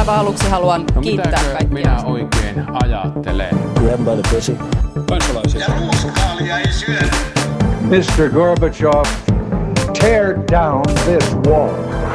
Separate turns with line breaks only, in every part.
aivan aluksi haluan kiittää kaikkia.
Minä oikein ajattelen?
Grab by the pussy.
Kansalaisia. Ja ruuskaalia ei syödä.
Mr. Gorbachev, tear down this wall.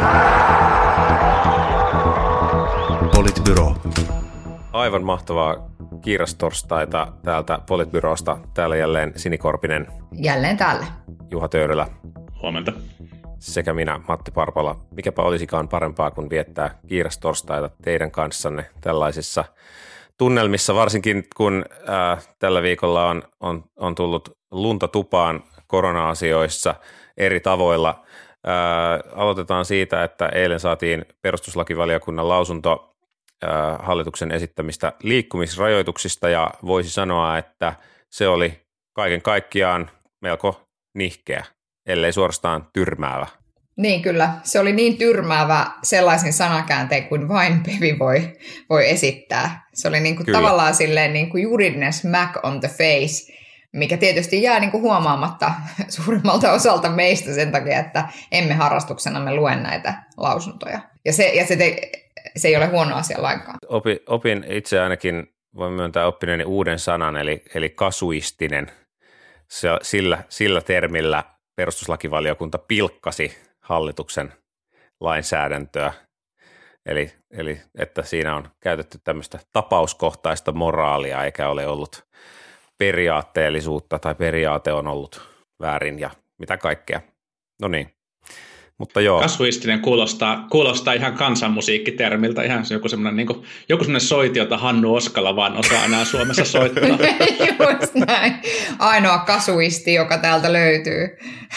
Politbyro. Aivan mahtavaa kiirastorstaita täältä Politbyrosta. Täällä jälleen Sini Korpinen.
Jälleen täällä.
Juha Töyrylä.
Huomenta.
Sekä minä, Matti Parpola. Mikäpä olisikaan parempaa kuin viettää kiirastorstaita teidän kanssanne tällaisissa tunnelmissa, varsinkin kun tällä viikolla on tullut lunta tupaan korona-asioissa eri tavoilla. Aloitetaan siitä, että eilen saatiin perustuslakivaliokunnan lausunto hallituksen esittämistä liikkumisrajoituksista, ja voisi sanoa, että se oli kaiken kaikkiaan melko nihkeä, ellei suorastaan tyrmäävä.
Niin kyllä, se oli niin tyrmäävä sellaisin sanakääntein kuin vain Pevi voi esittää. Se oli niin kuin tavallaan silleen niin kuin juridinen smack on the face, mikä tietysti jää niin kuin huomaamatta suurimmalta osalta meistä sen takia, että emme harrastuksenamme lue näitä lausuntoja. Ja se ei ole huono asia lainkaan.
Opin itse ainakin, voin myöntää oppineeni uuden sanan, eli kasuistinen. Sillä termillä perustuslakivaliokunta pilkkasi hallituksen lainsäädäntöä, eli että siinä on käytetty tämmöistä tapauskohtaista moraalia, eikä ole ollut periaatteellisuutta tai periaate on ollut väärin ja mitä kaikkea. No niin, mutta joo.
Kasuistinen kuulostaa ihan kansanmusiikkitermiltä, ihan joku semmoinen soiti, jota Hannu Oskala vaan osaa enää Suomessa soittaa.
Just näin. Ainoa kasuisti, joka täältä löytyy.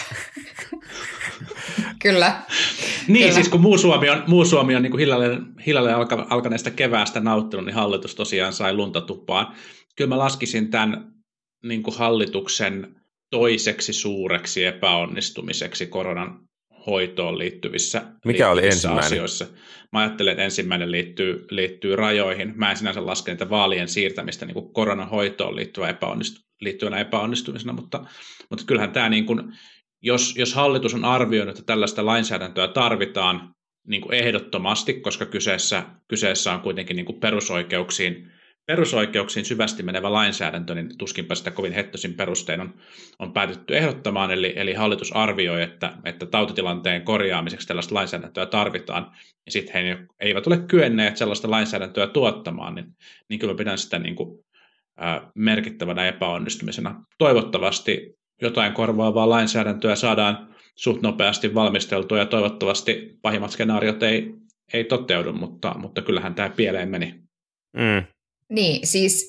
Kyllä.
Niin, kyllä. Siis kun muu Suomi on niin kuin hiljalleen alkaneesta keväästä nauttinut, niin hallitus tosiaan sai lunta tupaan. Kyllä mä laskisin tämän niin kuin hallituksen toiseksi suureksi epäonnistumiseksi koronan hoitoon liittyvissä asioissa. Mä ajattelen, että ensimmäinen liittyy rajoihin. Mä en sinänsä laske niitä vaalien siirtämistä niin kuin koronan hoitoon liittyvänä epäonnistumisena, mutta kyllähän tämä, niin kuin, jos hallitus on arvioinut, että tällaista lainsäädäntöä tarvitaan niin kuin ehdottomasti, koska kyseessä on kuitenkin niin kuin perusoikeuksiin syvästi menevä lainsäädäntö, niin tuskinpä sitä kovin hettosin perustein on päätetty ehdottamaan, eli hallitus arvioi, että tautitilanteen korjaamiseksi tällaista lainsäädäntöä tarvitaan, ja sitten he eivät ole kyenneet sellaista lainsäädäntöä tuottamaan, niin kyllä pidän sitä niin kuin, merkittävänä epäonnistumisena. Toivottavasti jotain korvaavaa lainsäädäntöä saadaan suht nopeasti valmisteltua, ja toivottavasti pahimmat skenaariot ei toteudu, mutta kyllähän tämä pieleen meni.
Mm.
Niin,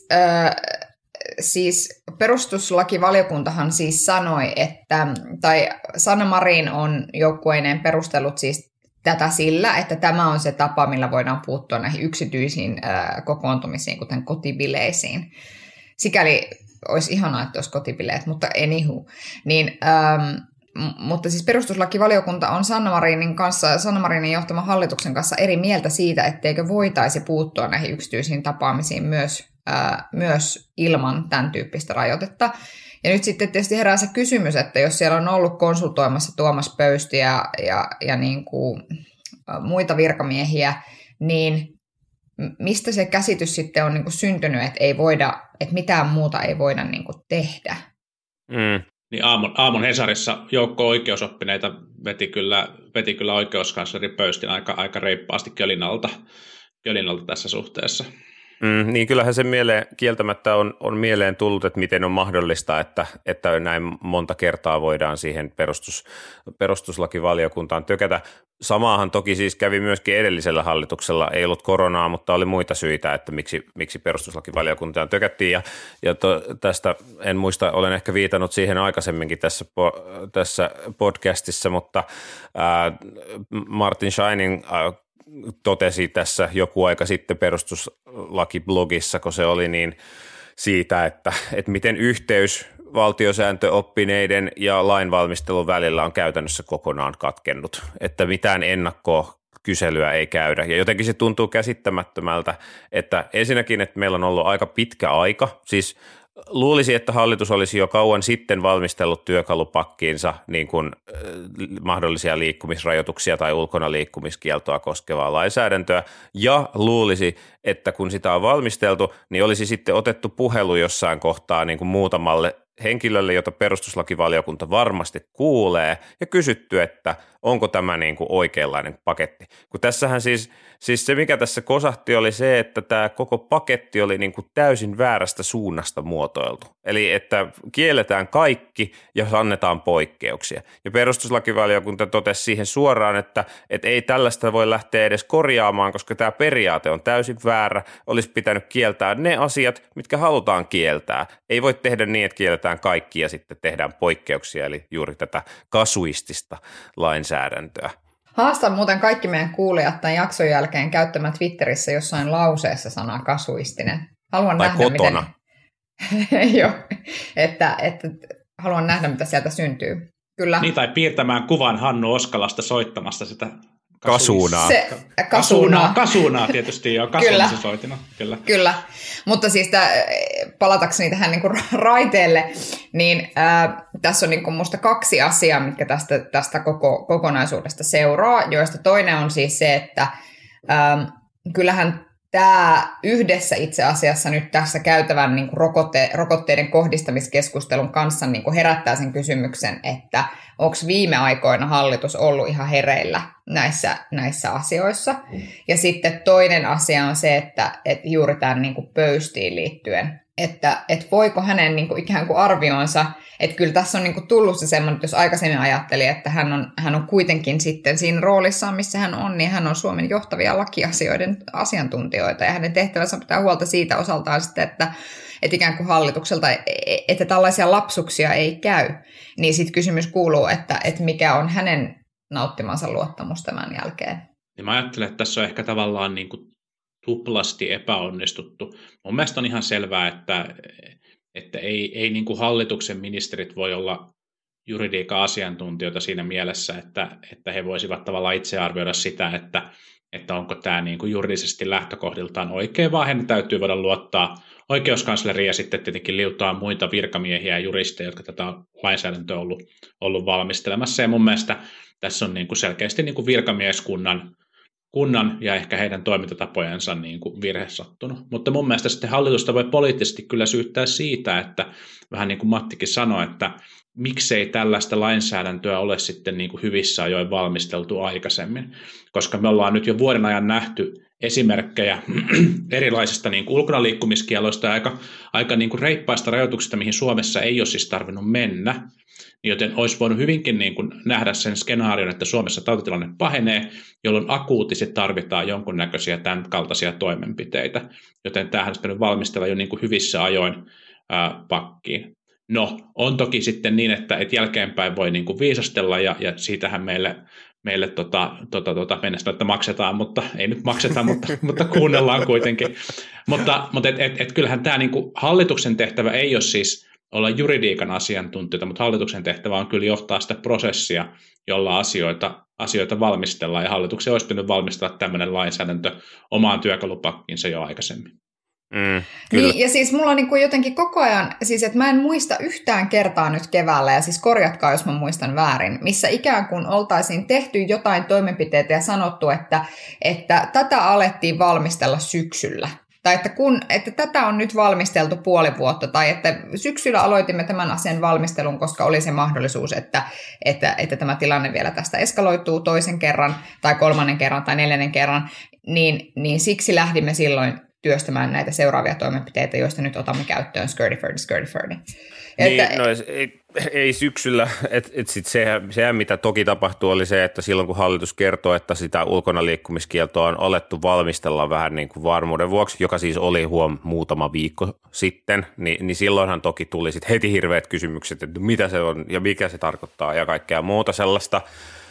siis perustuslakivaliokuntahan siis sanoi, tai Sanna Marin on joukkueineen perustellut siis tätä sillä, että tämä on se tapa, millä voidaan puuttua näihin yksityisiin kokoontumisiin, kuten kotibileisiin. Sikäli olisi ihanaa, että olisi kotibileet, mutta anywho. Mutta siis perustuslakivaliokunta on Sanna Marinin johtaman hallituksen kanssa eri mieltä siitä, etteikö voitaisi puuttua näihin yksityisiin tapaamisiin myös ilman tämän tyyppistä rajoitetta. Ja nyt sitten tietysti herää se kysymys, että jos siellä on ollut konsultoimassa Tuomas Pöysti ja niin kuin muita virkamiehiä, niin mistä se käsitys sitten on niin kuin syntynyt, että mitään muuta ei voida niin kuin tehdä?
Mm.
Niin aamun Hesarissa joukko oikeusoppineita veti kyllä oikeuskansleri Pöystin aika reippaasti kölin alta tässä suhteessa.
Niin kyllähän se kieltämättä on mieleen tullut, että miten on mahdollista, että näin monta kertaa voidaan siihen perustuslakivaliokuntaan tökätä. Samaahan toki siis kävi myöskin edellisellä hallituksella, ei ollut koronaa, mutta oli muita syitä, että miksi perustuslakivaliokuntaan tökättiin. Tästä en muista, olen ehkä viitannut siihen aikaisemminkin tässä podcastissa, mutta Martin Scheinin totesi tässä joku aika sitten perustuslakiblogissa, kun se oli niin siitä, että miten yhteys valtiosääntöoppineiden ja lainvalmistelun välillä on käytännössä kokonaan katkennut, että mitään ennakkokyselyä ei käydä. Ja jotenkin se tuntuu käsittämättömältä, että ensinnäkin, että meillä on ollut aika pitkä aika, siis luulisi, että hallitus olisi jo kauan sitten valmistellut työkalupakkiinsa niin kuin mahdollisia liikkumisrajoituksia tai ulkona liikkumiskieltoa koskevaa lainsäädäntöä, ja luulisi, että kun sitä on valmisteltu, niin olisi sitten otettu puhelu jossain kohtaa niin kuin muutamalle henkilölle, jota perustuslakivaliokunta varmasti kuulee, ja kysytty, että onko tämä niin kuin oikeanlainen paketti. Kun tässähän siis se, mikä tässä kosahti, oli se, että tämä koko paketti oli niin kuin täysin väärästä suunnasta muotoiltu. Eli että kielletään kaikki ja annetaan poikkeuksia. Ja perustuslakivaliokunta totesi siihen suoraan, että ei tällaista voi lähteä edes korjaamaan, koska tämä periaate on täysin väärä. Olisi pitänyt kieltää ne asiat, mitkä halutaan kieltää. Ei voi tehdä niin, että kielletään kaikki ja sitten tehdään poikkeuksia, eli juuri tätä kasuistista lainsäädäntöä.
Haastan muuten kaikki meidän kuulijat tämän jakson jälkeen käyttämään Twitterissä jossain lauseessa sanaa kasuistinen. Haluan
tai
nähdä,
kotona.
Joo, että haluan nähdä, mitä sieltä syntyy. Kyllä.
Niin, tai piirtämään kuvan Hannu Oskalasta soittamasta sitä
kasuunaa.
Kasuunaa
tietysti jo, kasuunassa soitina.
Kyllä, mutta siis palatakseni tähän niin kuin raiteelle, niin tässä on niin kuin musta 2 asiaa, mitkä tästä kokonaisuudesta seuraa, joista toinen on siis se, että kyllähän tämä yhdessä itse asiassa nyt tässä käytävän niin kuin rokotteiden kohdistamiskeskustelun kanssa niin kuin herättää sen kysymyksen, että onko viime aikoina hallitus ollut ihan hereillä näissä asioissa. Ja sitten toinen asia on se, että juuri tämän niin kuin pöystiin liittyen, että voiko hänen niin kuin ikään kuin arvioonsa, että kyllä tässä on niin kuin tullut se semmoinen, että jos aikaisemmin ajatteli, että hän on kuitenkin sitten siinä roolissaan, missä hän on, niin hän on Suomen johtavia lakiasioiden asiantuntijoita, ja hänen tehtävänsä pitää huolta siitä osaltaan sitten, että ikään kuin hallitukselta, että tällaisia lapsuksia ei käy, niin sitten kysymys kuuluu, että mikä on hänen nauttimansa luottamus tämän jälkeen.
Ja mä ajattelen, että tässä on ehkä tavallaan niin kuin tuplasti epäonnistuttu. Mun mielestä on ihan selvää, että ei niin kuin hallituksen ministerit voi olla juridiikan asiantuntijoita siinä mielessä, että he voisivat tavallaan itse arvioida sitä, että onko tämä niin kuin juridisesti lähtökohdiltaan oikein, vaan heidän täytyy voida luottaa oikeuskansleriin ja sitten tietenkin liuttaa muita virkamiehiä ja juristeja, jotka tätä lainsäädäntöä on ollut valmistelemassa. Ja mun mielestä tässä on niin kuin selkeästi niin kuin virkamieskunnan ja ehkä heidän toimintatapojensa niin kuin virhe sattunut. Mutta mun mielestä sitten hallitusta voi poliittisesti kyllä syyttää siitä, että vähän niin kuin Mattikin sanoi, että miksei tällaista lainsäädäntöä ole sitten niin kuin hyvissä ajoin valmisteltu aikaisemmin, koska me ollaan nyt jo vuoden ajan nähty esimerkkejä erilaisista niin kuin ulkona liikkumiskieloista ja aika niin kuin reippaista rajoituksista, mihin Suomessa ei ole siis tarvinnut mennä, joten olisi voinut hyvinkin niin kuin nähdä sen skenaarion, että Suomessa tautitilanne pahenee, jolloin akuutisesti tarvitaan jonkunnäköisiä tämän kaltaisia toimenpiteitä, joten tämähän olisi pitänyt valmistella jo niin kuin hyvissä ajoin pakkiin. No, on toki sitten niin, että jälkeenpäin voi niin kuin viisastella ja siitähän meille mennessä, että maksetaan, mutta ei nyt makseta, mutta kuunnellaan kuitenkin. Mutta kyllähän tämä niin kuin hallituksen tehtävä ei ole siis olla juridiikan asiantuntijoita, mutta hallituksen tehtävä on kyllä johtaa sitä prosessia, jolla asioita valmistellaan, ja hallituksen olisi pitänyt valmistella tämmöinen lainsäädäntö omaan työkalupakkiinsa jo aikaisemmin.
Niin, ja siis mulla on niin kuin jotenkin koko ajan, siis että mä en muista yhtään kertaa nyt keväällä, ja siis korjatkaa, jos mä muistan väärin, missä ikään kuin oltaisiin tehty jotain toimenpiteitä ja sanottu, että tätä alettiin valmistella syksyllä. Tai että tätä on nyt valmisteltu puoli vuotta, tai että syksyllä aloitimme tämän asian valmistelun, koska oli se mahdollisuus, että tämä tilanne vielä tästä eskaloituu toisen kerran, tai 3. kerran, tai 4. kerran, niin siksi lähdimme silloin työstämään näitä seuraavia toimenpiteitä, joista nyt otamme käyttöön skirty-furdy.
Niin, ei syksyllä, sehän mitä toki tapahtui oli se, että silloin kun hallitus kertoo, että sitä ulkona liikkumiskieltoa on alettu valmistella vähän niin kuin varmuuden vuoksi, joka siis oli muutama viikko sitten, niin silloinhan toki tuli sitten heti hirveät kysymykset, että mitä se on ja mikä se tarkoittaa ja kaikkea muuta sellaista,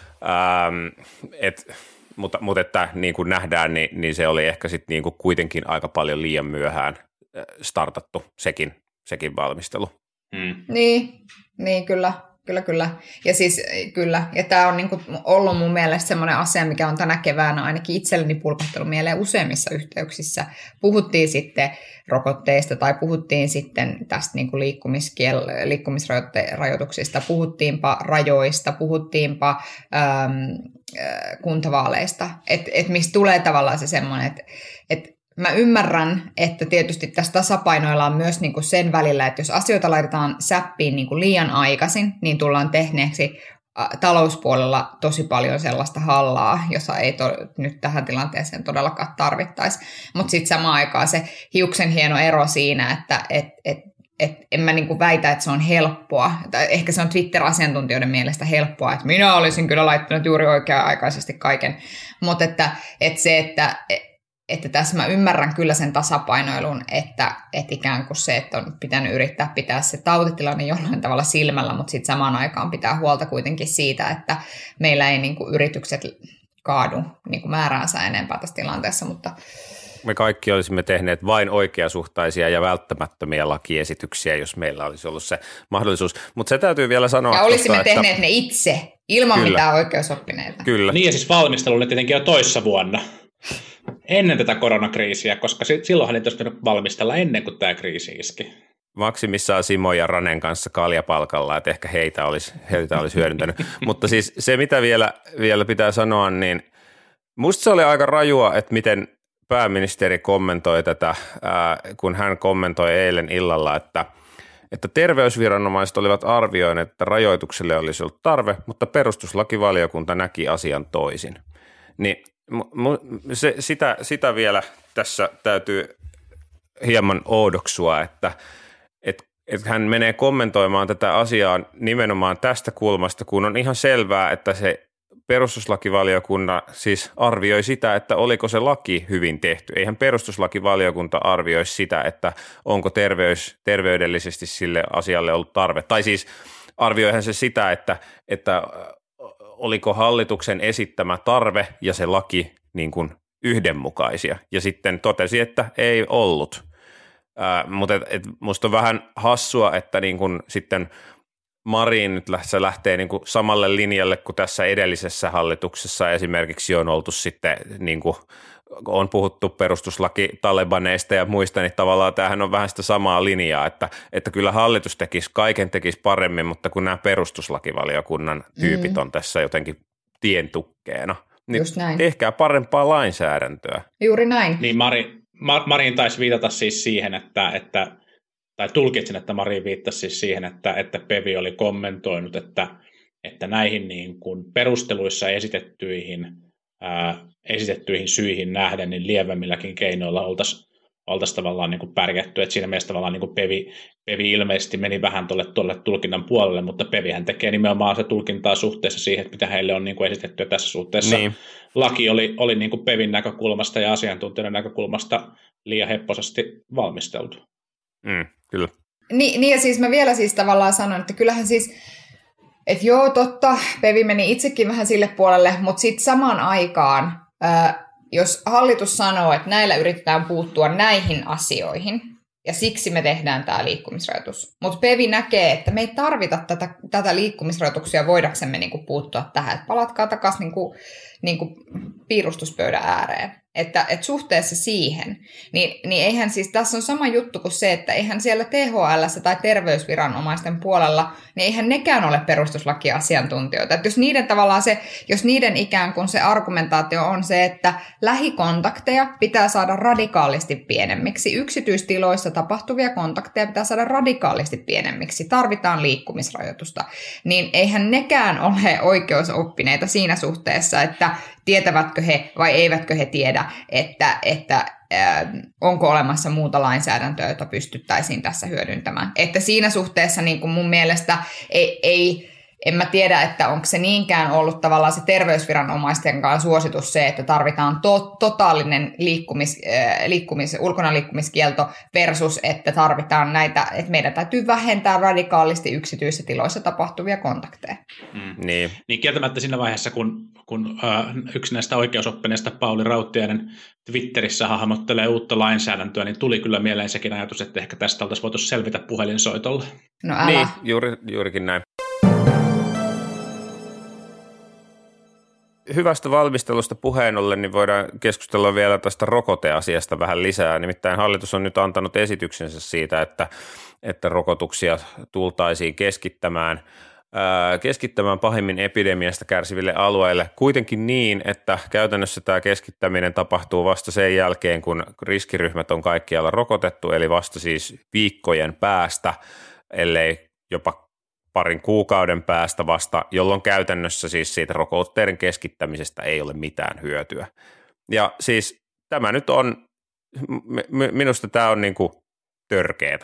mutta että niin kuin nähdään, niin se oli ehkä sitten niin kuin kuitenkin aika paljon liian myöhään startattu sekin valmistelu.
Niin kyllä. Kyllä. Ja siis kyllä, ja tämä on niinku ollut mun mielestä semmoinen asia, mikä on tänä keväänä ainakin itselleni pulpahtellut mieleen useimmissa yhteyksissä. Puhuttiin sitten rokotteista tai puhuttiin sitten tästä niinku liikkumisrajoituksista, puhuttiinpa rajoista, puhuttiinpa kuntavaaleista, että mistä tulee tavallaan se semmoinen, että mä ymmärrän, että tietysti tässä tasapainoillaan myös niinku sen välillä, että jos asioita laitetaan säppiin niinku liian aikaisin, niin tullaan tehneeksi talouspuolella tosi paljon sellaista hallaa, jossa ei nyt tähän tilanteeseen todellakaan tarvittaisi. Mutta sitten samaan aikaan se hiuksen hieno ero siinä, että en mä niinku väitä, että se on helppoa. Tai ehkä se on Twitter-asiantuntijoiden mielestä helppoa, että minä olisin kyllä laittanut juuri oikea-aikaisesti kaiken. Mutta että tässä mä ymmärrän kyllä sen tasapainoilun, että ikään kuin se, että on pitänyt yrittää pitää se tautitilanne jollain tavalla silmällä, mutta sitten samaan aikaan pitää huolta kuitenkin siitä, että meillä ei niin kuin yritykset kaadu niin kuin määräänsä enempää tässä tilanteessa. Mutta
me kaikki olisimme tehneet vain oikeasuhtaisia ja välttämättömiä lakiesityksiä, jos meillä olisi ollut se mahdollisuus. Mutta se täytyy vielä sanoa.
Ja olisimme tehneet ne itse, ilman mitään oikeusoppineita.
Kyllä.
Niin ja siis valmistelu ne tietenkin jo toissa vuonna. Ennen tätä koronakriisiä, koska silloinhan niitä olisi pitänyt valmistella ennen kuin tämä kriisi iski.
Maksimissaan Simo ja Ranen kanssa kaljapalkalla, että ehkä heitä olisi hyödyntänyt. Mutta siis se, mitä vielä pitää sanoa, niin musta se oli aika rajua, että miten pääministeri kommentoi tätä, kun hän kommentoi eilen illalla, että terveysviranomaiset olivat arvioineet, että rajoitukselle olisi ollut tarve, mutta perustuslakivaliokunta näki asian toisin. Niin sitä vielä tässä täytyy hieman oudoksua, että hän menee kommentoimaan tätä asiaa nimenomaan tästä kulmasta, kun on ihan selvää, että se perustuslakivaliokunta siis arvioi sitä, että oliko se laki hyvin tehty. Eihän perustuslakivaliokunta arvioi sitä, että onko terveydellisesti sille asialle ollut tarve. Tai siis arvioihan se sitä, että oliko hallituksen esittämä tarve ja se laki niin kuin yhdenmukaisia. Ja sitten totesi, että ei ollut. Mutta musta on vähän hassua, että niin kuin sitten Marin nyt se lähtee niin kuin samalle linjalle kuin tässä edellisessä hallituksessa esimerkiksi on oltu sitten, niin kuin on puhuttu perustuslaki-talebaneista ja muista, niin tavallaan tämähän on vähän sitä samaa linjaa, että kyllä hallitus tekisi paremmin, mutta kun nämä perustuslakivaliokunnan tyypit on tässä jotenkin tientukkeena, niin tehkää parempaa lainsäädäntöä.
Juuri näin.
Niin Marin taisi viitata siis siihen, tai tulkitsin, että Marin viittasi siis siihen, että PeV oli kommentoinut, että näihin niin kuin perusteluissa esitettyihin syihin nähden, niin lievemmilläkin keinoilla oltaisiin tavallaan niin kuin pärjätty. Että siinä mielessä tavallaan niin kuin PeV ilmeisesti meni vähän tuolle tulkinnan puolelle, mutta PeVhän tekee nimenomaan se tulkintaa suhteessa siihen, että mitä heille on niin kuin esitetty. Ja tässä suhteessa laki oli niin kuin PeVin näkökulmasta ja asiantuntijoiden näkökulmasta liian hepposasti valmisteltu.
Kyllä.
Niin ja siis mä vielä siis tavallaan sanon, että kyllähän siis, että joo totta, PeV meni itsekin vähän sille puolelle, mutta sitten samaan aikaan, jos hallitus sanoo, että näillä yritetään puuttua näihin asioihin, ja siksi me tehdään tämä liikkumisrajoitus. Mutta PeV näkee, että me ei tarvita tätä liikkumisrajoituksia voidaksemme niinku puuttua tähän, että palatkaa takaisin niinku piirustuspöydän ääreen. Että suhteessa siihen, niin eihän siis, tässä on sama juttu kuin se, että eihän siellä THL:ssä tai terveysviranomaisten puolella, niin eihän nekään ole perustuslakiasiantuntijoita. Että jos niiden ikään kuin se argumentaatio on se, että lähikontakteja pitää saada radikaalisti pienemmiksi, yksityistiloissa tapahtuvia kontakteja pitää saada radikaalisti pienemmiksi, tarvitaan liikkumisrajoitusta, niin eihän nekään ole oikeusoppineita siinä suhteessa, että tietävätkö he vai eivätkö he tiedä, että onko olemassa muuta lainsäädäntöä, jota pystyttäisiin tässä hyödyntämään. Että siinä suhteessa niin kuin mun mielestä en mä tiedä, että onko se niinkään ollut tavallaan se terveysviranomaisten kanssa suositus se, että tarvitaan totaalinen ulkona liikkumiskielto versus, että tarvitaan näitä, että meidän täytyy vähentää radikaalisti yksityisissä tiloissa tapahtuvia kontakteja.
Niin
kieltämättä siinä vaiheessa, kun yksi näistä oikeusoppineista Pauli Rautiainen Twitterissä hahmottelee uutta lainsäädäntöä, niin tuli kyllä mieleen sekin ajatus, että ehkä tästä oltaisiin voitu selvitä puhelinsoitolla.
No älä.
Niin, juurikin näin. hyvästä valmistelusta puheen ollen, niin voidaan keskustella vielä tästä rokoteasiasta vähän lisää. Nimittäin hallitus on nyt antanut esityksensä siitä, että rokotuksia tultaisiin keskittämään pahimmin epidemiasta kärsiville alueille. Kuitenkin niin, että käytännössä tämä keskittäminen tapahtuu vasta sen jälkeen, kun riskiryhmät on kaikkialla rokotettu, eli vasta siis viikkojen päästä, ellei jopa parin kuukauden päästä vasta, jolloin käytännössä siis siitä rokotteiden keskittämisestä ei ole mitään hyötyä. Ja siis tämä nyt on, minusta tämä on niin kuin törkeetä.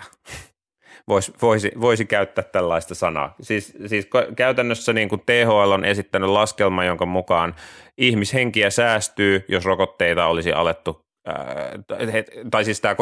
Voisi käyttää tällaista sanaa. Siis käytännössä niin kuin THL on esittänyt laskelma, jonka mukaan ihmishenkiä säästyy, jos rokotteita olisi alettu, tai siis tämä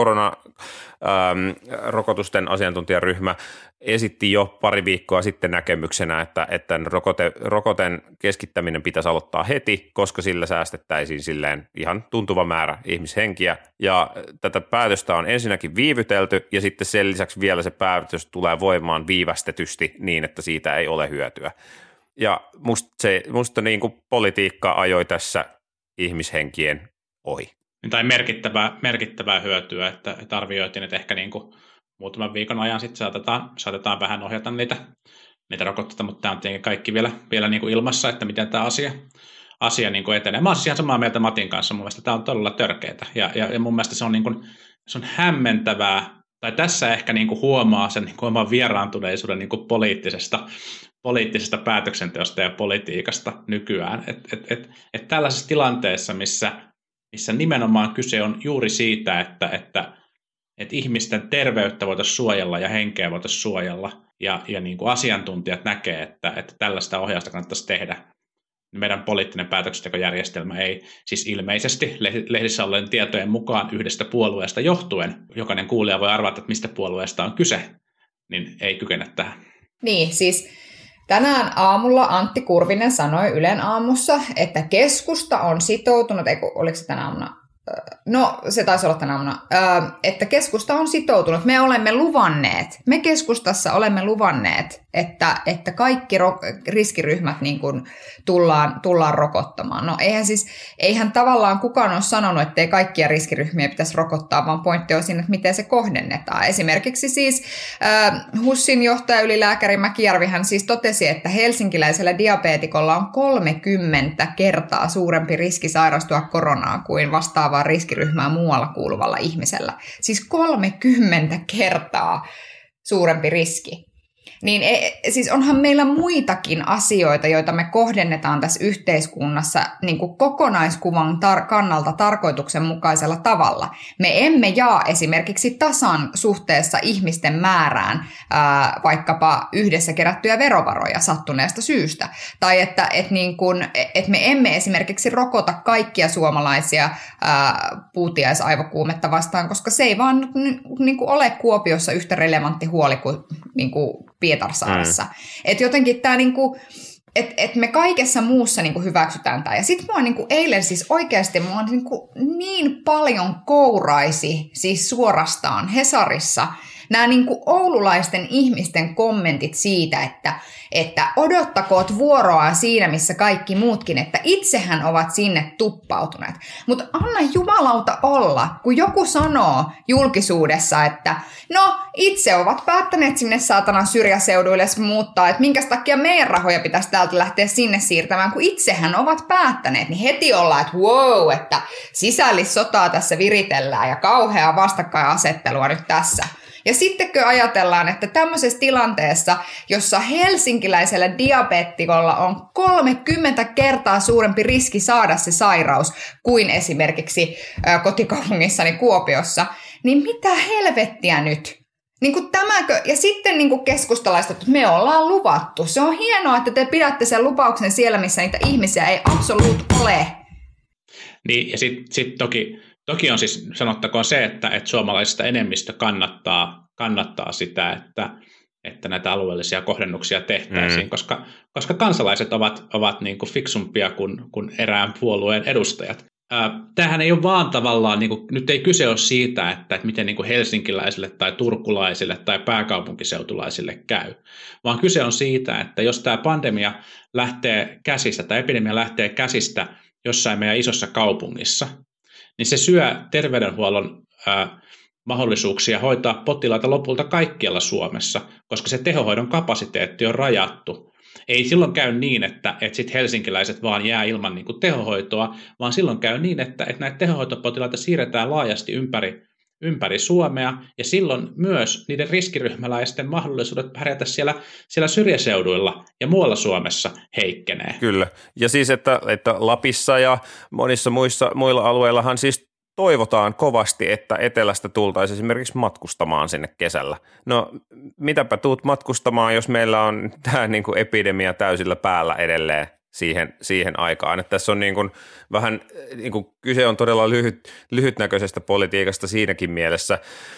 koronarokotusten asiantuntijaryhmä esitti jo pari viikkoa sitten näkemyksenä, että rokoten keskittäminen pitäisi aloittaa heti, koska sillä säästettäisiin silleen ihan tuntuva määrä ihmishenkiä. Ja tätä päätöstä on ensinnäkin viivytelty, ja sitten sen lisäksi vielä se päätös tulee voimaan viivästetysti niin, että siitä ei ole hyötyä. Ja musta niin kuin politiikka ajoi tässä ihmishenkien ohi.
Tai merkittävää hyötyä, että arvioitiin, että ehkä niin kuin muutaman viikon ajan sitten saatetaan vähän ohjata niitä rokotteita, mutta tämä on tietenkin kaikki vielä niin kuin ilmassa, että miten tämä asia niin kuin etenee. Mä olen ihan samaa mieltä Matin kanssa, mun mielestä tämä on todella törkeätä ja mun mielestä se on, niin kuin, se on hämmentävää, tai tässä ehkä niin kuin huomaa sen niin kuin oman vieraantuneisuuden niin kuin poliittisesta päätöksenteosta ja politiikasta nykyään, että tällaisessa tilanteessa, missä nimenomaan kyse on juuri siitä, että ihmisten terveyttä voitaisiin suojella ja henkeä voitaisiin suojella, ja niin kuin asiantuntijat näkee, että tällaista ohjausta kannattaisi tehdä. Meidän poliittinen päätöksentekojärjestelmä ei siis ilmeisesti lehdissä ollen tietojen mukaan yhdestä puolueesta johtuen, jokainen kuulija voi arvata, että mistä puolueesta on kyse, niin ei kykene tähän.
Niin, siis tänään aamulla Antti Kurvinen sanoi Ylen aamussa, että keskusta on sitoutunut, oliko se tänä aamuna? No, se taisi olla tänä aamuna, että keskusta on sitoutunut. Me keskustassa olemme luvanneet, että kaikki riskiryhmät niin kuin tullaan rokottamaan. No eihän tavallaan kukaan ole sanonut, että ei kaikkia riskiryhmiä pitäisi rokottaa, vaan pointti on siinä, että miten se kohdennetaan. Esimerkiksi siis HUSin johtaja ylilääkäri Mäkijärvi hän siis totesi, että helsinkiläisellä diabeetikolla on 30 kertaa suurempi riski sairastua koronaan kuin vastaavaa riskiryhmää muualla kuuluvalla ihmisellä. Siis 30 kertaa suurempi riski. Niin siis onhan meillä muitakin asioita, joita me kohdennetaan tässä yhteiskunnassa niin kuin kokonaiskuvan kannalta tarkoituksenmukaisella tavalla. Me emme jaa esimerkiksi tasan suhteessa ihmisten määrään vaikkapa yhdessä kerättyjä verovaroja sattuneesta syystä. Tai että me emme esimerkiksi rokota kaikkia suomalaisia puutiaisaivokuumetta vastaan, koska se ei vaan niin kuin ole Kuopiossa yhtä relevantti huoli kuin Pietarsaaressa. Että jotenkin tämä niinku, että me kaikessa muussa niinku hyväksytään tämä. Ja sitten mua niinku eilen siis oikeasti mua niinku niin paljon kouraisi siis suorastaan Hesarissa nämä niinku oululaisten ihmisten kommentit siitä, että odottakoot vuoroa siinä, missä kaikki muutkin, että itsehän ovat sinne tuppautuneet. Mutta anna jumalauta olla, kun joku sanoo julkisuudessa, että no itse ovat päättäneet sinne saatanan syrjäseuduille muuttaa, että minkä takia meidän rahoja pitäisi täältä lähteä sinne siirtämään, kun itsehän ovat päättäneet, niin heti ollaan, että wow, että sisällissotaa tässä viritellään ja kauheaa vastakkainasettelua nyt tässä. Ja sittenkö ajatellaan, että tämmöisessä tilanteessa, jossa helsinkiläisellä diabeettikolla on 30 kertaa suurempi riski saada se sairaus kuin esimerkiksi kotikaupungissani Kuopiossa, niin mitä helvettiä nyt? Niin kuin tämäkö, ja sitten niin kuin keskustalaiset, että me ollaan luvattu. Se on hienoa, että te pidätte sen lupauksen siellä, missä niitä ihmisiä ei absoluut ole.
Niin, ja sitten toki on siis sanottakoon se, että suomalaisista enemmistö kannattaa sitä, että näitä alueellisia kohdennuksia tehtäisiin, koska kansalaiset ovat niin kuin fiksumpia kuin erään puolueen edustajat. tämähän ei ole vaan tavallaan, niin kuin, nyt ei kyse ole siitä, että miten niin kuin helsinkiläisille tai turkulaisille tai pääkaupunkiseutulaisille käy, vaan kyse on siitä, että jos tämä pandemia lähtee käsistä tai epidemia lähtee käsistä jossain meidän isossa kaupungissa, niin se syö terveydenhuollon mahdollisuuksia hoitaa potilaita lopulta kaikkialla Suomessa, koska se tehohoidon kapasiteetti on rajattu. Ei silloin käy niin, että sit helsinkiläiset vaan jää ilman niin kuin tehohoitoa, vaan silloin käy niin, että näitä tehohoitopotilaita siirretään laajasti ympäri Suomea, ja silloin myös niiden riskiryhmäläisten mahdollisuudet pärjätä siellä syrjäseuduilla ja muualla Suomessa heikkenee.
Kyllä, ja siis että Lapissa ja monissa muilla alueillahan siis toivotaan kovasti, että etelästä tultaisiin esimerkiksi matkustamaan sinne kesällä. No mitäpä tuut matkustamaan, jos meillä on tämä niin kuin epidemia täysillä päällä edelleen siihen aikaan. Että tässä on niin kuin vähän, niin kuin kyse on todella lyhytnäköisestä politiikasta siinäkin mielessä.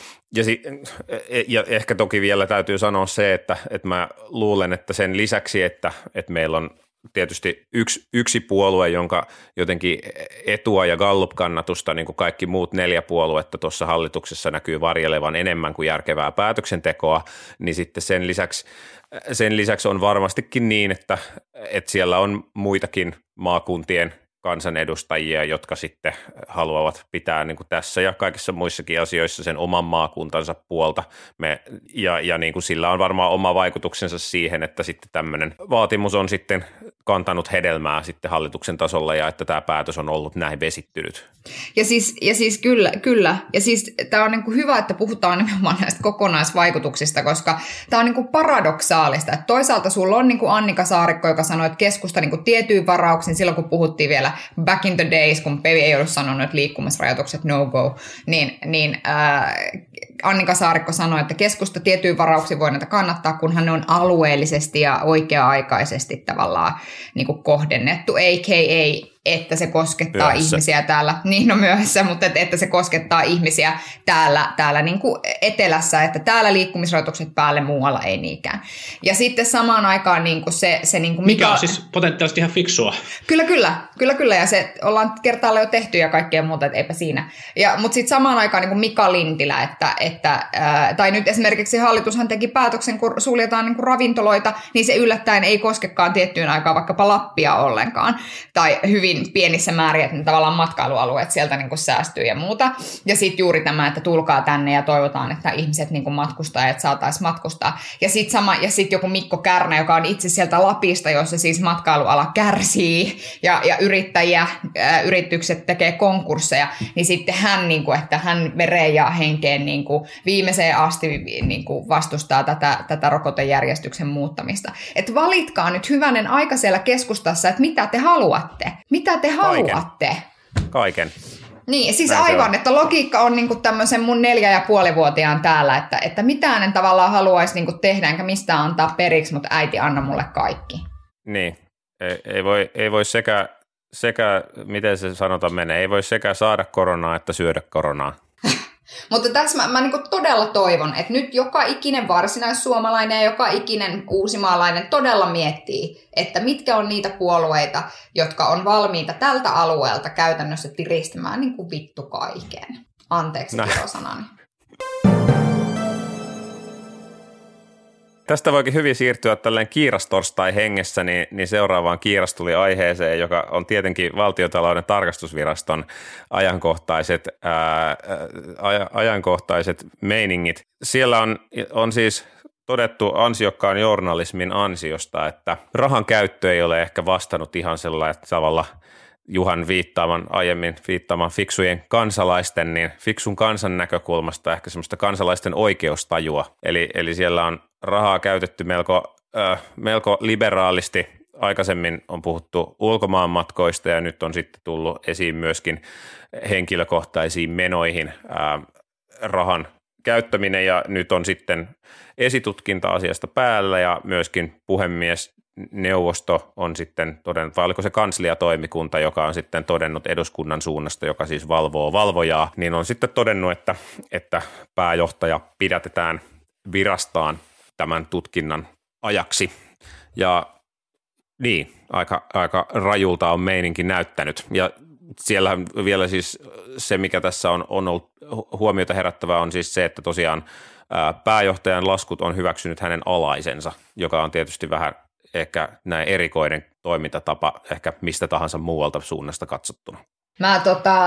Ja ehkä toki vielä täytyy sanoa se, että mä luulen, että sen lisäksi, että meillä on tietysti yksi puolue, jonka jotenkin etua ja Gallup-kannatusta, niin kuin kaikki muut 4 puoluetta tuossa hallituksessa näkyy varjelevan enemmän kuin järkevää päätöksentekoa, niin sitten sen lisäksi on varmastikin niin, että siellä on muitakin maakuntien kansanedustajia, jotka sitten haluavat pitää niin kuin tässä ja kaikissa muissakin asioissa sen oman maakuntansa puolta. Ja niin kuin sillä on varmaan oma vaikutuksensa siihen, että sitten tämmöinen vaatimus on sitten kantanut hedelmää sitten hallituksen tasolla ja että tämä päätös on ollut näin vesittynyt.
Ja siis kyllä. Ja siis tämä on niin kuin hyvä, että puhutaan nimenomaan näistä kokonaisvaikutuksista, koska tämä on niin kuin paradoksaalista. Että toisaalta sulla on niin kuin Annika Saarikko, joka sanoi, että keskusta niin kuin tietyin varauksin silloin, kun puhuttiin vielä back in the days, kun Pevi ei ollut sanonut, että liikkumisrajoitukset no go, niin Annika Saarikko sanoi, että keskusta tietyin varauksin voi näitä kannattaa, kunhan ne on alueellisesti ja oikea-aikaisesti tavallaan niin kuin kohdennettu, a.k.a. että se koskettaa ihmisiä täällä, niin no myöhässä, mutta että se koskettaa ihmisiä täällä niin kuin etelässä, että täällä liikkumisrajoitukset päälle, muualla ei niinkään. Ja sitten samaan aikaan niin kuin se niin kuin
mikä on siis potentiaalisesti ihan fiksua.
Kyllä, ja se ollaan kertaalla jo tehty ja kaikkea muuta, että eipä siinä. Mutta sitten samaan aikaan niin kuin Mika Lintilä, tai nyt esimerkiksi hallitushan teki päätöksen, kun suljetaan niin kuin ravintoloita, niin se yllättäen ei koskekaan tiettyyn aikaan vaikkapa Lappia ollenkaan, tai hyvin pienissä määrin, että ne tavallaan matkailualueet sieltä niin kuin säästyy ja muuta. Ja sitten juuri tämä, että tulkaa tänne ja toivotaan, että ihmiset niin kuin matkustaa, että saataisiin matkustaa. Ja sitten joku Mikko Kärnä, joka on itse sieltä Lapista, jossa siis matkailuala kärsii ja yritykset tekee konkursseja, niin sitten hän, niin kuin, että hän vereen ja henkeen niin kuin viimeiseen asti niin kuin vastustaa tätä rokotejärjestyksen muuttamista. Että valitkaa nyt hyvänen aika siellä keskustassa, että mitä te haluatte. Mitä te haluatte?
Kaiken.
Niin, siis aivan, että logiikka on niinku tämmöisen mun 4,5-vuotiaan täällä, että mitään en tavallaan haluaisi niinku tehdä, enkä mistään antaa periksi, mutta äiti anna mulle kaikki.
Niin, ei voi sekä, miten se sanotaan menee, ei voi sekä saada koronaa että syödä koronaa.
Mutta tässä mä niinku todella toivon, että nyt joka ikinen varsinaissuomalainen ja joka ikinen uusimaalainen todella miettii, että mitkä on niitä puolueita, jotka on valmiita tältä alueelta käytännössä tiristämään niin kuin vittu kaiken. Anteeksi kirosanani.
Tästä voikin hyvin siirtyä tälleen kiirastorstai hengessä, niin seuraavaan kiirastuli aiheeseen, joka on tietenkin Valtiontalouden tarkastusviraston ajankohtaiset meiningit. Siellä on siis todettu ansiokkaan journalismin ansiosta, että rahan käyttö ei ole ehkä vastannut ihan sellainen tavalla Juhan aiemmin viittaaman fiksujen kansalaisten, niin fiksun kansan näkökulmasta ehkä semmoista kansalaisten oikeustajua. Eli siellä on rahaa käytetty melko liberaalisti. Aikaisemmin on puhuttu ulkomaanmatkoista ja nyt on sitten tullut esiin myöskin henkilökohtaisiin menoihin rahan käyttäminen ja nyt on sitten esitutkinta asiasta päällä ja myöskin puhemiesneuvosto on sitten todennut, vai oliko se kansliatoimikunta, joka on sitten todennut eduskunnan suunnasta, joka siis valvoo valvojaa, niin on sitten todennut, että pääjohtaja pidätetään virastaan tämän tutkinnan ajaksi. Ja niin, aika rajulta on meininki näyttänyt. Ja siellä vielä siis se, mikä tässä on ollut huomiota herättävää, on siis se, että tosiaan pääjohtajan laskut on hyväksynyt hänen alaisensa, joka on tietysti vähän ehkä näin erikoinen toimintatapa ehkä mistä tahansa muualta suunnasta katsottuna.
Mä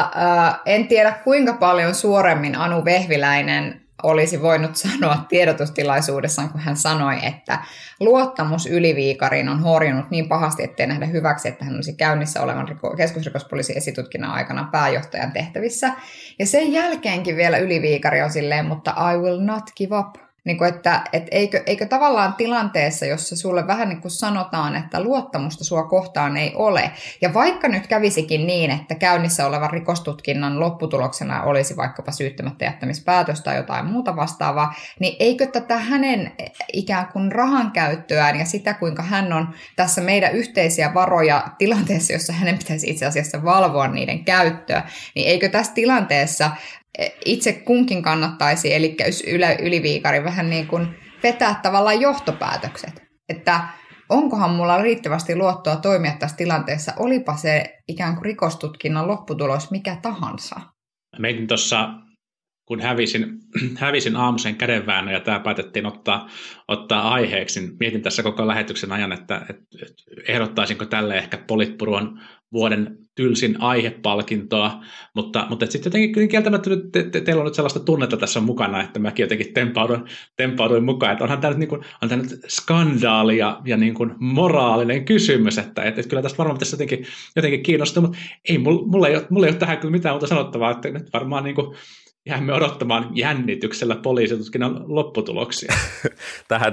en tiedä kuinka paljon suoremmin Anu Vehviläinen olisi voinut sanoa tiedotustilaisuudessaan, kun hän sanoi, että luottamus Yli-Viikariin on horjunut niin pahasti, ettei nähdä hyväksi, että hän olisi käynnissä olevan keskusrikospoliisin esitutkinnan aikana pääjohtajan tehtävissä. Ja sen jälkeenkin vielä Yli-Viikari on silleen, mutta I will not give up. Niin kuin, että eikö tavallaan tilanteessa, jossa sulle vähän niin kuin sanotaan, että luottamusta sua kohtaan ei ole, ja vaikka nyt kävisikin niin, että käynnissä olevan rikostutkinnan lopputuloksena olisi vaikkapa syyttämättä jättämispäätös tai jotain muuta vastaavaa, niin eikö tätä hänen ikään kuin rahan käyttöään ja sitä, kuinka hän on tässä meidän yhteisiä varoja tilanteessa, jossa hänen pitäisi itse asiassa valvoa niiden käyttöä, niin eikö tässä tilanteessa itse kunkin kannattaisi, eli Yli-Viikari vähän niin kuin vetää tavallaan johtopäätökset, että onkohan mulla riittävästi luottoa toimia tässä tilanteessa, olipa se ikään kuin rikostutkinnan lopputulos mikä tahansa.
Mietin tuossa, kun hävisin aamuisen kädenväännön ja tämä päätettiin ottaa aiheeksi, niin mietin tässä koko lähetyksen ajan, että ehdottaisinko tälle ehkä Politburon vuoden tylsin aihepalkintoa, mutta sitten jotenkin kieltämättä teillä on nyt sellaista tunnetta tässä mukana, että mäkin jotenkin tempauduin mukaan, että onhan tämä nyt skandaali ja niin kuin moraalinen kysymys, että kyllä tästä varmaan pitäisi jotenkin kiinnostua, mutta ei, mulla ei ole tähän kyllä mitään muuta sanottavaa, että nyt varmaan niin kuin jäämme odottamaan jännityksellä poliisitutkinnan lopputuloksia.
Tähän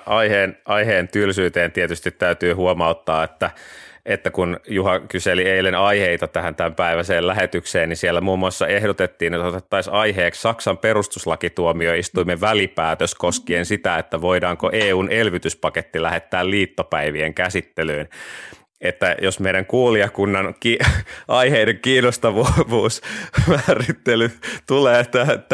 aiheen tylsyyteen tietysti täytyy huomauttaa, että kun Juha kyseli eilen aiheita tähän tämänpäiväiseen lähetykseen, niin siellä muun muassa ehdotettiin, että otettaisiin aiheeksi Saksan perustuslakituomioistuimen välipäätös koskien sitä, että voidaanko EUn elvytyspaketti lähettää liittopäivien käsittelyyn. Että jos meidän kuulijakunnan aiheiden kiinnostavuusmäärittely tulee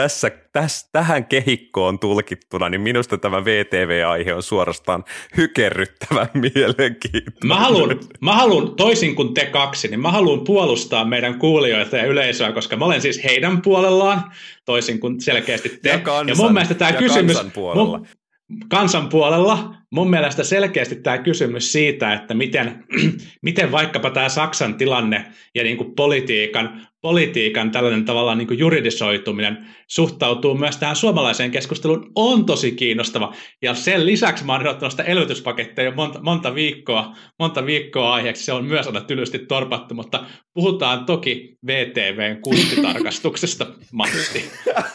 tähän kehikkoon tulkittuna, niin minusta tämä VTV-aihe on suorastaan hykerryttävän mielenkiintoinen.
Mä haluan, toisin kuin te kaksi, niin mä haluan puolustaa meidän kuulijoita ja yleisöä, koska mä olen siis heidän puolellaan, toisin kuin selkeästi te.
Ja mun mielestä tämä kysymys
kansan puolella. Mun mielestä selkeästi tämä kysymys siitä, että miten vaikkapa tämä Saksan tilanne ja niin kuin politiikan tällainen tavallaan niin kuin juridisoituminen suhtautuu myös tähän suomalaiseen keskusteluun, on tosi kiinnostava. Ja sen lisäksi mä oon odottanut sitä elvytyspakettia jo monta viikkoa aiheeksi. Se on myös aina tylysti torpattu, mutta puhutaan toki VTVn kunstitarkastuksesta, Matti.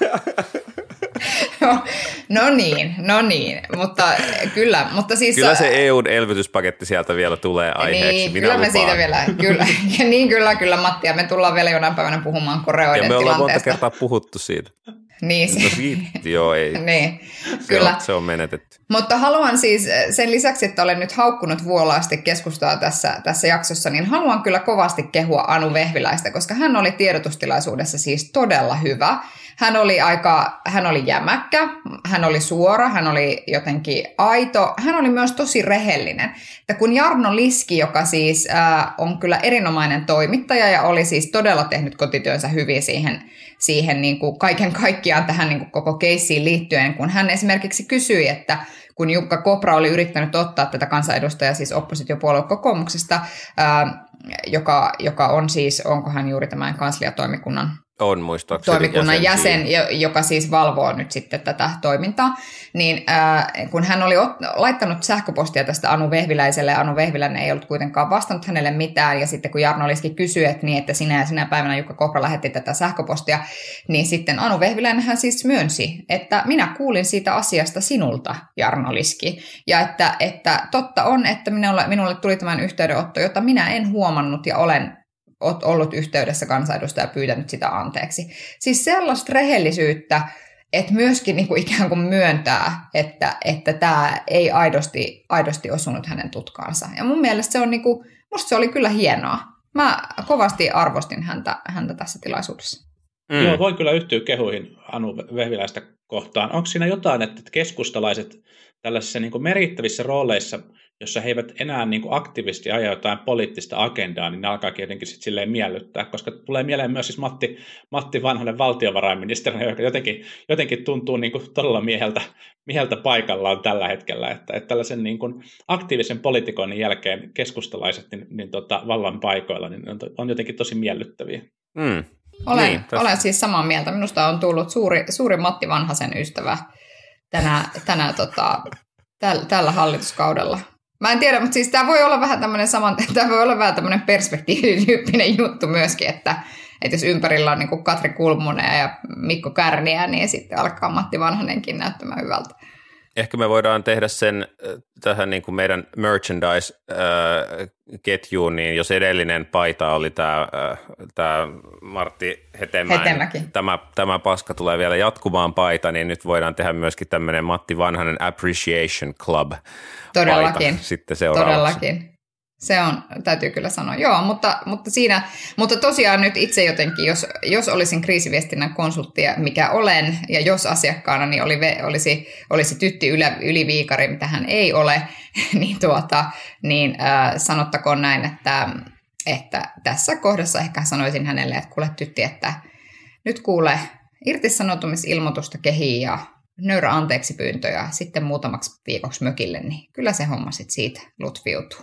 No niin, mutta kyllä. Mutta siis,
kyllä se EUn elvytyspaketti sieltä vielä tulee aiheeksi,
niin,
minä
kyllä
lupaan.
Me siitä vielä, kyllä Matti, ja me tullaan vielä jonain päivänä puhumaan koreoiden tilanteesta.
Ja me ollaan monta kertaa puhuttu siitä.
Niin.
Joo, ei.
Niin, kyllä.
Se on menetetty.
Mutta haluan siis, sen lisäksi, että olen nyt haukkunut vuolaasti keskustelua tässä jaksossa, niin haluan kyllä kovasti kehua Anu Vehviläistä, koska hän oli tiedotustilaisuudessa siis todella hyvä. Hän oli jämäkkä, hän oli suora, hän oli jotenkin aito, hän oli myös tosi rehellinen. Että kun Jarno Liski, joka siis on kyllä erinomainen toimittaja ja oli siis todella tehnyt kotityönsä hyvin siihen niin kuin kaiken kaikkiaan tähän niin kuin koko keissiin liittyen, kun hän esimerkiksi kysyi, että kun Jukka Kopra oli yrittänyt ottaa tätä kansanedustajaa siis oppositiopuolue kokoomuksesta, joka on siis, onko hän juuri tämän kansliatoimikunnan
on muistaakseni
toimikunnan jäsen, joka siis valvoo nyt sitten tätä toimintaa, niin kun hän oli laittanut sähköpostia tästä Anu Vehviläiselle, ja Anu Vehviläinen ei ollut kuitenkaan vastannut hänelle mitään, ja sitten kun Jarno Liski kysyi, että sinä päivänä Jukka Kopra lähetti tätä sähköpostia, niin sitten Anu Vehviläinen hän siis myönsi, että minä kuulin siitä asiasta sinulta, Jarno Liski, ja että totta on, että minulle tuli tämän yhteydenotto, jota minä en huomannut ja olen ollut yhteydessä kansanedustaja ja pyytänyt sitä anteeksi. Siis sellaista rehellisyyttä, että myöskin niin kuin ikään kuin myöntää, että tämä ei aidosti osunut hänen tutkaansa. Ja mun mielestä se on musta se oli kyllä hienoa. Mä kovasti arvostin häntä tässä tilaisuudessa.
Joo, voin kyllä yhtyä kehuihin Anu Vehviläistä kohtaan. Onko siinä jotain, että keskustalaiset tällaisissa niin kuin merkittävissä rooleissa jossa he eivät enää niin kuin aktiivisesti aja jotain poliittista agendaa, niin ne alkaakin jotenkin sitten silleen miellyttää, koska tulee mieleen myös siis Matti Vanhanen valtiovarainministerinä, joka jotenkin tuntuu niin kuin todella mieheltä paikallaan tällä hetkellä, että tällaisen niin kuin aktiivisen politikoinnin jälkeen keskustalaiset niin vallan paikoilla niin on jotenkin tosi miellyttäviä.
Olen siis samaa mieltä. Minusta on tullut suuri Matti Vanhasen ystävä tällä hallituskaudella. Mä en tiedä, mutta siis tämä voi olla vähän tämmöinen perspektiivityyppinen juttu myöskin, että jos ympärillä on niin kuin Katri Kulmunen ja Mikko Kärniä, niin sitten alkaa Matti Vanhanenkin näyttämään hyvältä.
Ehkä me voidaan tehdä sen tähän niin kuin meidän merchandise-ketjuun, niin jos edellinen paita oli tämä Martti Hetemäki. Tämä paska tulee vielä jatkumaan paita, niin nyt voidaan tehdä myöskin tämmöinen Matti Vanhanen Appreciation Club
Todellakin.
paita sitten seuraavaksi.
Todellakin. Se on, täytyy kyllä sanoa. Joo, mutta tosiaan nyt itse jotenkin, jos olisin kriisiviestinnän konsultti, mikä olen, ja jos asiakkaana niin olisi Tytti Yli-Viikari, mitä hän ei ole, niin sanottakoon näin, että tässä kohdassa ehkä sanoisin hänelle, että kuule Tytti, että nyt kuule irtisanoutumisilmoitusta kehiin ja nöyrä anteeksi pyyntöjä sitten muutamaksi viikoksi mökille, niin kyllä se homma sitten siitä lutviutuu.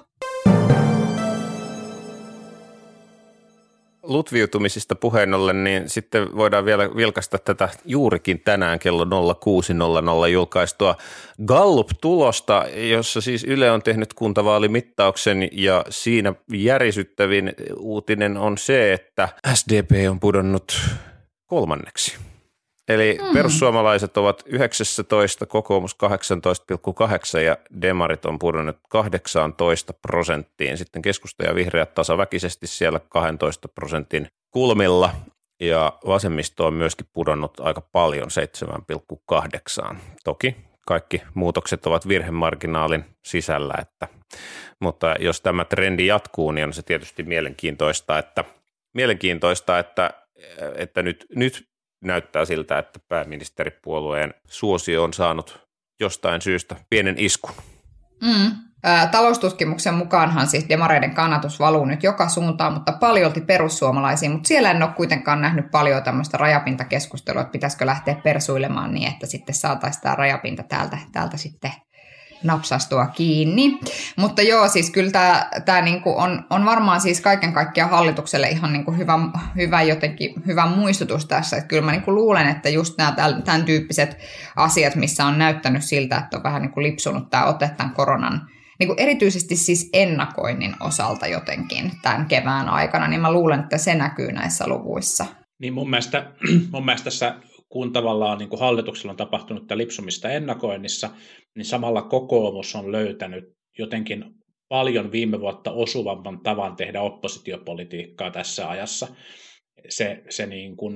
Lutviutumisista puheen ollen, niin sitten voidaan vielä vilkaista tätä juurikin tänään kello 06.00 julkaistua Gallup-tulosta, jossa siis Yle on tehnyt kuntavaalimittauksen ja siinä järisyttävin uutinen on se, että SDP on pudonnut 3. Eli perussuomalaiset ovat 19, kokoomus 18,8 ja demarit on pudonnut 18%. Sitten keskusta ja vihreät tasaväkisesti siellä 12% kulmilla ja vasemmisto on myöskin pudonnut aika paljon 7,8. Toki kaikki muutokset ovat virhemarginaalin sisällä, mutta jos tämä trendi jatkuu, niin on se tietysti mielenkiintoista, että nyt näyttää siltä, että pääministeripuolueen suosio on saanut jostain syystä pienen iskun.
Taloustutkimuksen mukaanhan siis demareiden kannatus valuu nyt joka suuntaan, mutta paljolti perussuomalaisiin, mutta siellä en ole kuitenkaan nähnyt paljon tämmöistä rajapintakeskustelua, että pitäisikö lähteä persuilemaan niin, että sitten saataisiin tämä rajapinta täältä sitten napsastua kiinni. Mutta joo, siis kyllä tämä niinku on varmaan siis kaiken kaikkiaan hallitukselle ihan niinku hyvä muistutus tässä. Että kyllä mä niinku luulen, että just nämä tämän tyyppiset asiat, missä on näyttänyt siltä, että on vähän niinku lipsunut tämä ote tämän koronan, niinku erityisesti siis ennakoinnin osalta jotenkin tämän kevään aikana, niin mä luulen, että se näkyy näissä luvuissa.
Niin mun mielestä tässä kun tavallaan niin kuin hallituksella on tapahtunut tämä lipsumista ennakoinnissa, niin samalla kokoomus on löytänyt jotenkin paljon viime vuotta osuvamman tavan tehdä oppositiopolitiikkaa tässä ajassa. Se niin kuin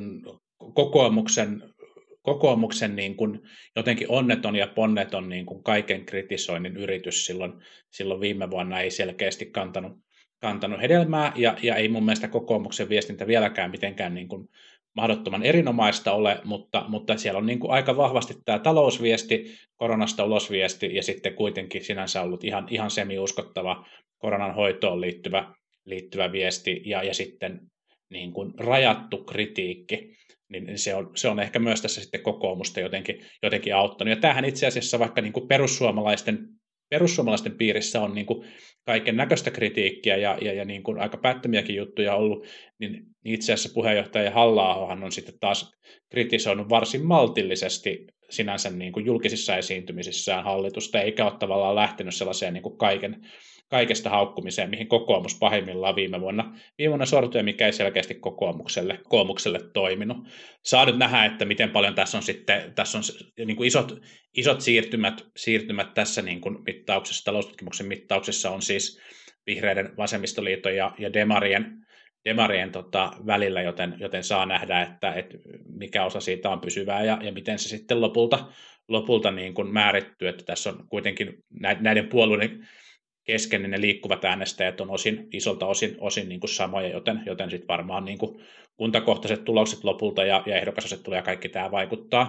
kokoomuksen niin kuin jotenkin onneton ja ponneton niin kuin kaiken kritisoinnin yritys silloin viime vuonna ei selkeästi kantanut hedelmää, ja ei mun mielestä kokoomuksen viestintä vieläkään mitenkään niin kuin mahdottoman erinomaista ole, mutta siellä on niin kuin aika vahvasti tämä talousviesti, koronasta ulosviesti ja sitten kuitenkin sinänsä ollut ihan semi-uskottava koronan hoitoon liittyvä viesti ja sitten niin kuin rajattu kritiikki, niin se on ehkä myös tässä sitten kokoomusta jotenkin auttanut. Ja tämähän itse asiassa vaikka niin kuin perussuomalaisten piirissä on niin kuin kaiken näköistä kritiikkiä ja niin kuin aika päättömiäkin juttuja ollut, niin itse asiassa puheenjohtaja Halla-ahohan on sitten taas kritisoinut varsin maltillisesti sinänsä niin kuin julkisissa esiintymisissään hallitusta, eikä ole tavallaan lähtenyt sellaiseen niin kuin kaikesta haukkumiseen, mihin kokoomus pahimmillaan viime vuonna sortui, mikä ei selkeästi kokoomukselle toiminut. Saa nyt nähdä, että miten paljon tässä on niin kuin isot siirtymät tässä niin kuin mittauksessa, taloustutkimuksen mittauksessa on siis vihreiden, vasemmistoliiton ja demarien välillä, joten saa nähdä, että mikä osa siitä on pysyvää ja miten se sitten lopulta niin kuin määrittyy, että tässä on kuitenkin näiden puolueiden kesken, niin ne liikkuvat äänestäjät on isolta osin niin kuin samoja, joten sitten varmaan niin kuin kuntakohtaiset tulokset lopulta ja ehdokasasettelut ja kaikki tämä vaikuttaa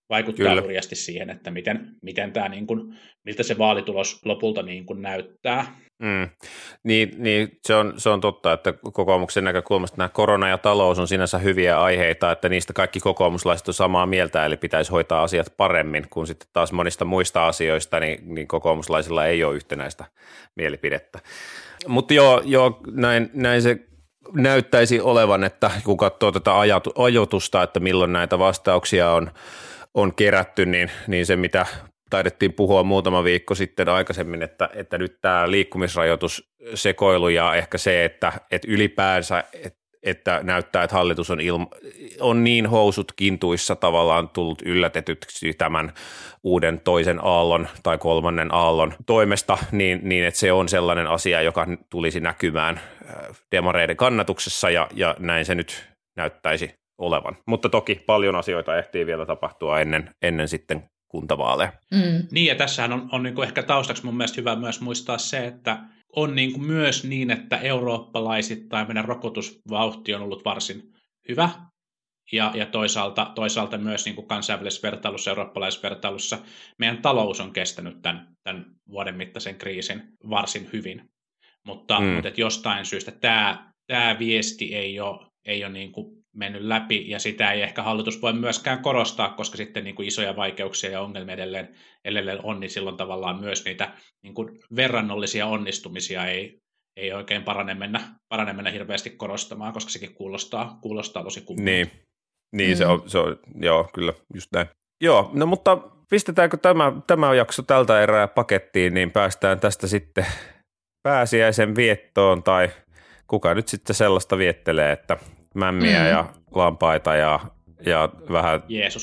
vaikuttaa hurjasti siihen, että miten tämä, niin kuin, miltä se vaalitulos lopulta niin kuin näyttää.
Niin se on totta, että kokoomuksen näkökulmasta nämä korona ja talous on sinänsä hyviä aiheita, että niistä kaikki kokoomuslaiset on samaa mieltä, eli pitäisi hoitaa asiat paremmin, kun sitten taas monista muista asioista, niin kokoomuslaisilla ei ole yhtenäistä mielipidettä. Mutta joo näin se näyttäisi olevan, että kun katsoo tätä ajoitusta, että milloin näitä vastauksia on kerätty, niin se mitä taidettiin puhua muutama viikko sitten aikaisemmin, että nyt tämä liikkumisrajoitussekoilu ja ehkä se, että ylipäänsä, että näyttää, että hallitus on niin housut kintuissa tavallaan tullut yllätetyksi tämän uuden toisen aallon tai kolmannen aallon toimesta, niin että se on sellainen asia, joka tulisi näkymään demareiden kannatuksessa ja näin se nyt näyttäisi olevan. Mutta toki paljon asioita ehtii vielä tapahtua ennen sitten kuntavaaleja.
Niin, ja tässähän on niin kuin ehkä taustaksi mun mielestä hyvä myös muistaa se, että on niin kuin myös niin, että eurooppalaisittain meidän rokotusvauhti on ollut varsin hyvä, ja toisaalta myös niin kuin kansainvälisessä vertailussa, eurooppalaisessa vertailussa meidän talous on kestänyt tämän vuoden mittaisen kriisin varsin hyvin, mutta että jostain syystä tämä viesti ei ole niin kuin mennyt läpi, ja sitä ei ehkä hallitus voi myöskään korostaa, koska sitten niin kuin isoja vaikeuksia ja ongelmia edelleen on, niin silloin tavallaan myös niitä niin kuin verrannollisia onnistumisia ei oikein parane mennä hirveästi korostamaan, koska sekin kuulostaa tosi kummalta.
Niin se on, joo, kyllä, just näin. Joo, no mutta pistetäänkö tämä jakso tältä erää pakettiin, niin päästään tästä sitten pääsiäisen viettoon, tai kuka nyt sitten sellaista viettelee, että mämmiä ja lampaita ja vähän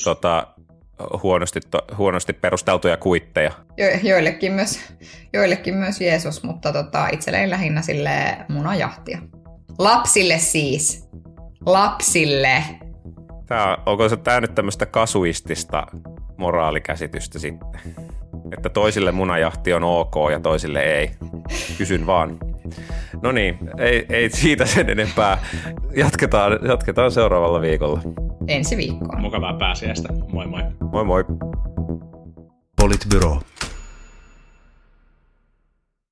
huonosti perusteltuja kuitteja.
Joillekin myös Jeesus, mutta itselleni lähinnä sille munajahtia. Lapsille siis. Lapsille.
Onko tämä nyt tämmöistä kasuistista moraalikäsitystä sitten? Että toisille munajahti on ok ja toisille ei. Kysyn vaan. No niin, ei siitä sen enempää. Jatketaan seuraavalla viikolla.
Ensi viikkoon.
Mukavaa pääsiäistä. Moi moi.
Moi moi.
Politbyro.